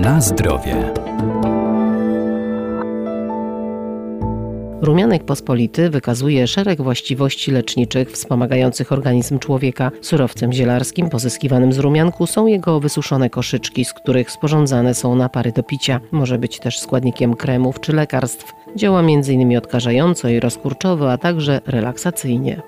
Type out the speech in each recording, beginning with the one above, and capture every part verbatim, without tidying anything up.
Na zdrowie. Rumianek pospolity wykazuje szereg właściwości leczniczych wspomagających organizm człowieka. Surowcem zielarskim pozyskiwanym z rumianku są jego wysuszone koszyczki, z których sporządzane są napary do picia. Może być też składnikiem kremów czy lekarstw. Działa między innymi odkażająco i rozkurczowo, a także relaksacyjnie.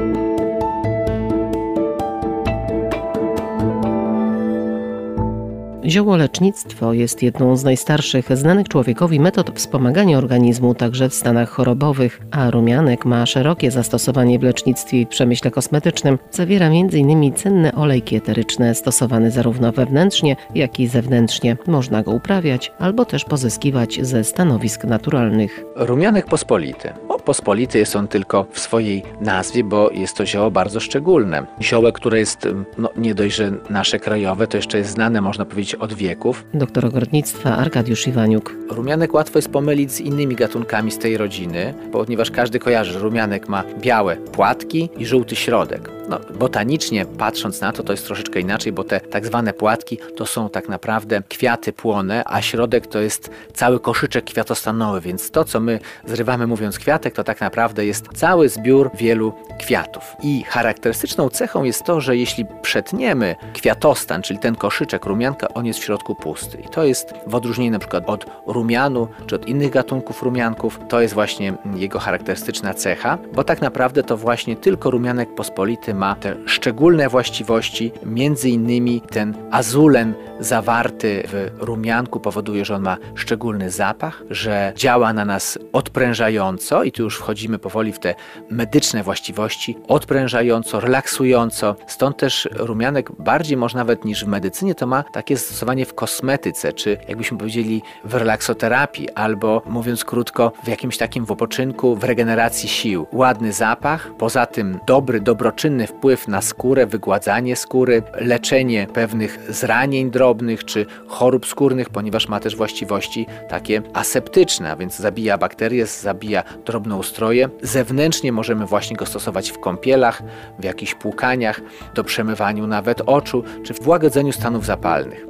Ziołolecznictwo jest jedną z najstarszych znanych człowiekowi metod wspomagania organizmu, także w stanach chorobowych, a rumianek ma szerokie zastosowanie w lecznictwie i w przemyśle kosmetycznym. Zawiera między innymi cenne olejki eteryczne stosowane zarówno wewnętrznie, jak i zewnętrznie. Można go uprawiać albo też pozyskiwać ze stanowisk naturalnych. Rumianek pospolity. O, pospolity jest on tylko w swojej nazwie, bo jest to zioło bardzo szczególne. Zioło, które jest no, nie dość, że nasze krajowe, to jeszcze jest znane, można powiedzieć, od wieków. Doktor ogrodnictwa Arkadiusz Iwaniuk. Rumianek łatwo jest pomylić z innymi gatunkami z tej rodziny, ponieważ każdy kojarzy, że rumianek ma białe płatki i żółty środek. No, botanicznie patrząc na to, to jest troszeczkę inaczej, bo te tak zwane płatki to są tak naprawdę kwiaty płonne, a środek to jest cały koszyczek kwiatostanowy, więc to, co my zrywamy mówiąc kwiatek, to tak naprawdę jest cały zbiór wielu kwiatów. I charakterystyczną cechą jest to, że jeśli przetniemy kwiatostan, czyli ten koszyczek rumianka, on jest w środku pusty. I to jest w odróżnieniu na przykład od rumianu, czy od innych gatunków rumianków, to jest właśnie jego charakterystyczna cecha, bo tak naprawdę to właśnie tylko rumianek pospolity ma te szczególne właściwości, między innymi ten azulen zawarty w rumianku powoduje, że on ma szczególny zapach, że działa na nas odprężająco i tu już wchodzimy powoli w te medyczne właściwości, odprężająco, relaksująco, stąd też rumianek bardziej może nawet niż w medycynie to ma takie zastosowanie w kosmetyce, czy jakbyśmy powiedzieli w relaksoterapii, albo mówiąc krótko w jakimś takim wypoczynku, w regeneracji sił. Ładny zapach, poza tym dobry, dobroczynny wpływ na skórę, wygładzanie skóry, leczenie pewnych zranień drobnych czy chorób skórnych, ponieważ ma też właściwości takie aseptyczne, a więc zabija bakterie, zabija drobnoustroje. Zewnętrznie możemy właśnie go stosować w kąpielach, w jakichś płukaniach, do przemywaniu nawet oczu, czy w łagodzeniu stanów zapalnych.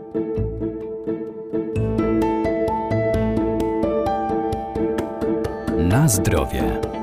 Na zdrowie.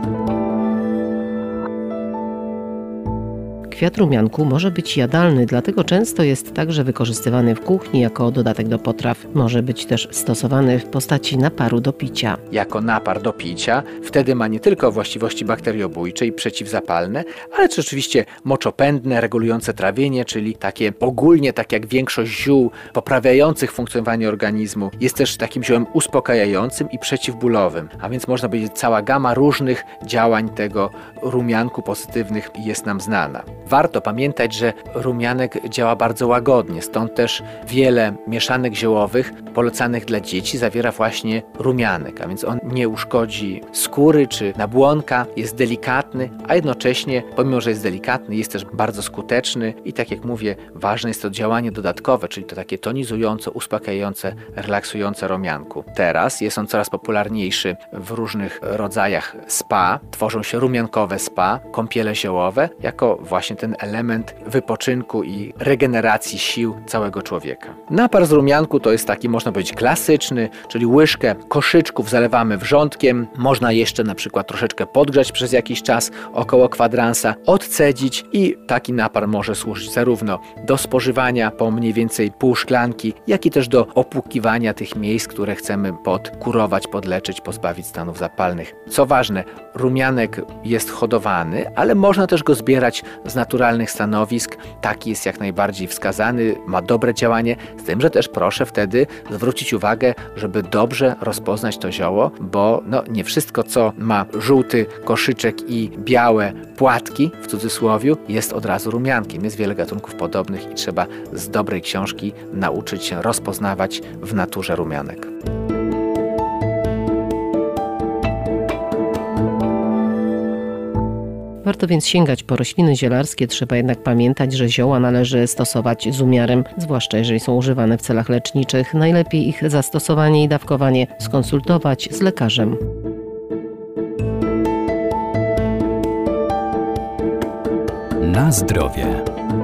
Kwiat rumianku może być jadalny, dlatego często jest także wykorzystywany w kuchni jako dodatek do potraw. Może być też stosowany w postaci naparu do picia. Jako napar do picia, wtedy ma nie tylko właściwości bakteriobójcze i przeciwzapalne, ale też oczywiście moczopędne, regulujące trawienie, czyli takie ogólnie, tak jak większość ziół poprawiających funkcjonowanie organizmu, jest też takim ziołem uspokajającym i przeciwbólowym. A więc można powiedzieć, cała gama różnych działań tego rumianku pozytywnych jest nam znana. Warto pamiętać, że rumianek działa bardzo łagodnie, stąd też wiele mieszanek ziołowych polecanych dla dzieci zawiera właśnie rumianek, a więc on nie uszkodzi skóry czy nabłonka, jest delikatny, a jednocześnie, pomimo że jest delikatny, jest też bardzo skuteczny i tak jak mówię, ważne jest to działanie dodatkowe, czyli to takie tonizujące, uspokajające, relaksujące rumianku. Teraz jest on coraz popularniejszy w różnych rodzajach spa, tworzą się rumiankowe spa, kąpiele ziołowe, jako właśnie ten element wypoczynku i regeneracji sił całego człowieka. Napar z rumianku to jest taki, można powiedzieć, klasyczny, czyli łyżkę koszyczków zalewamy wrzątkiem, można jeszcze na przykład troszeczkę podgrzać przez jakiś czas, około kwadransa, odcedzić i taki napar może służyć zarówno do spożywania po mniej więcej pół szklanki, jak i też do opłukiwania tych miejsc, które chcemy podkurować, podleczyć, pozbawić stanów zapalnych. Co ważne, rumianek jest hodowany, ale można też go zbierać z naturalnych stanowisk. Taki jest jak najbardziej wskazany, ma dobre działanie, z tym, że też proszę wtedy zwrócić uwagę, żeby dobrze rozpoznać to zioło, bo no, nie wszystko, co ma żółty koszyczek i białe płatki, w cudzysłowiu, jest od razu rumiankiem. Jest wiele gatunków podobnych i trzeba z dobrej książki nauczyć się rozpoznawać w naturze rumianek. Warto więc sięgać po rośliny zielarskie, trzeba jednak pamiętać, że zioła należy stosować z umiarem, zwłaszcza jeżeli są używane w celach leczniczych. Najlepiej ich zastosowanie i dawkowanie skonsultować z lekarzem. Na zdrowie.